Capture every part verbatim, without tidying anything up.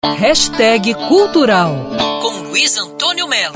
Hashtag Cultural, com Luiz Antônio Melo.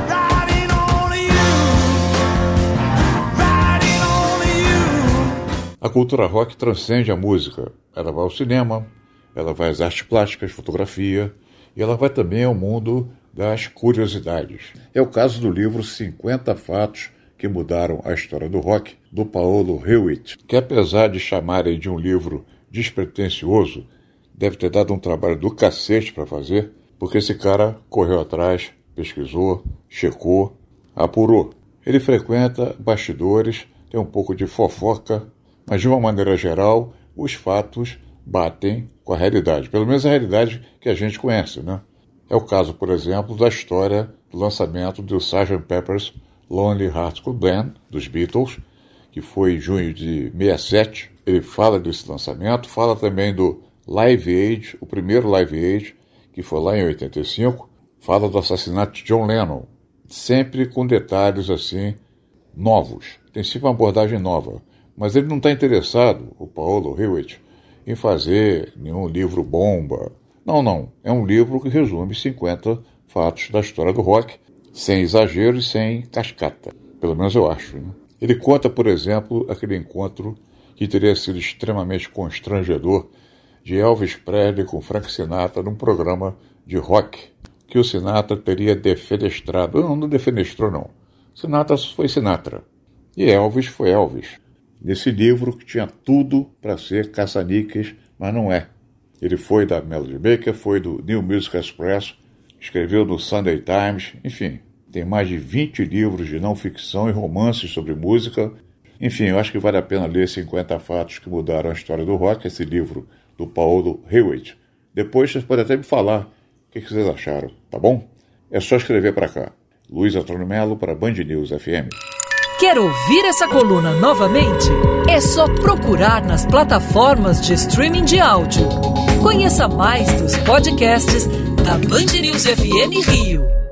A cultura rock transcende a música. Ela vai ao cinema, ela vai às artes plásticas, fotografia, e ela vai também ao mundo das curiosidades. É o caso do livro cinquenta Fatos que Mudaram a História do Rock, do Paolo Hewitt, que apesar de chamarem de um livro despretensioso, deve ter dado um trabalho do cacete para fazer, porque esse cara correu atrás, pesquisou, checou, apurou. Ele frequenta bastidores, tem um pouco de fofoca, mas de uma maneira geral, os fatos batem com a realidade, pelo menos a realidade que a gente conhece, né? É o caso, por exemplo, da história do lançamento do sergeant Pepper's Lonely Hearts Club Band, dos Beatles, que foi em junho de sessenta e sete. Ele fala desse lançamento, fala também do Live Aid, o primeiro Live Aid, que foi lá em oitenta e cinco, fala do assassinato de John Lennon, sempre com detalhes assim novos, tem sempre uma abordagem nova, mas ele não está interessado, o Paolo Hewitt, em fazer nenhum livro bomba. Não, não, é um livro que resume cinquenta fatos da história do rock, sem exagero e sem cascata, pelo menos eu acho, né? Ele conta, por exemplo, aquele encontro que teria sido extremamente constrangedor de Elvis Presley com Frank Sinatra num programa de rock, que o Sinatra teria defenestrado. Não, não defenestrou, não. Sinatra foi Sinatra. E Elvis foi Elvis. Nesse livro que tinha tudo para ser caça-níqueis, mas não é. Ele foi da Melody Maker, foi do New Music Express, escreveu no Sunday Times, enfim, tem mais de vinte livros de não ficção e romances sobre música. Enfim, eu acho que vale a pena ler cinquenta Fatos que Mudaram a História do Rock, esse livro do Paolo Hewitt. Depois vocês podem até me falar o que vocês acharam, tá bom? É só escrever para cá. Luiz Antônio Melo para Band News F M. Quer ouvir essa coluna novamente? É só procurar nas plataformas de streaming de áudio. Conheça mais dos podcasts da Band News F M Rio.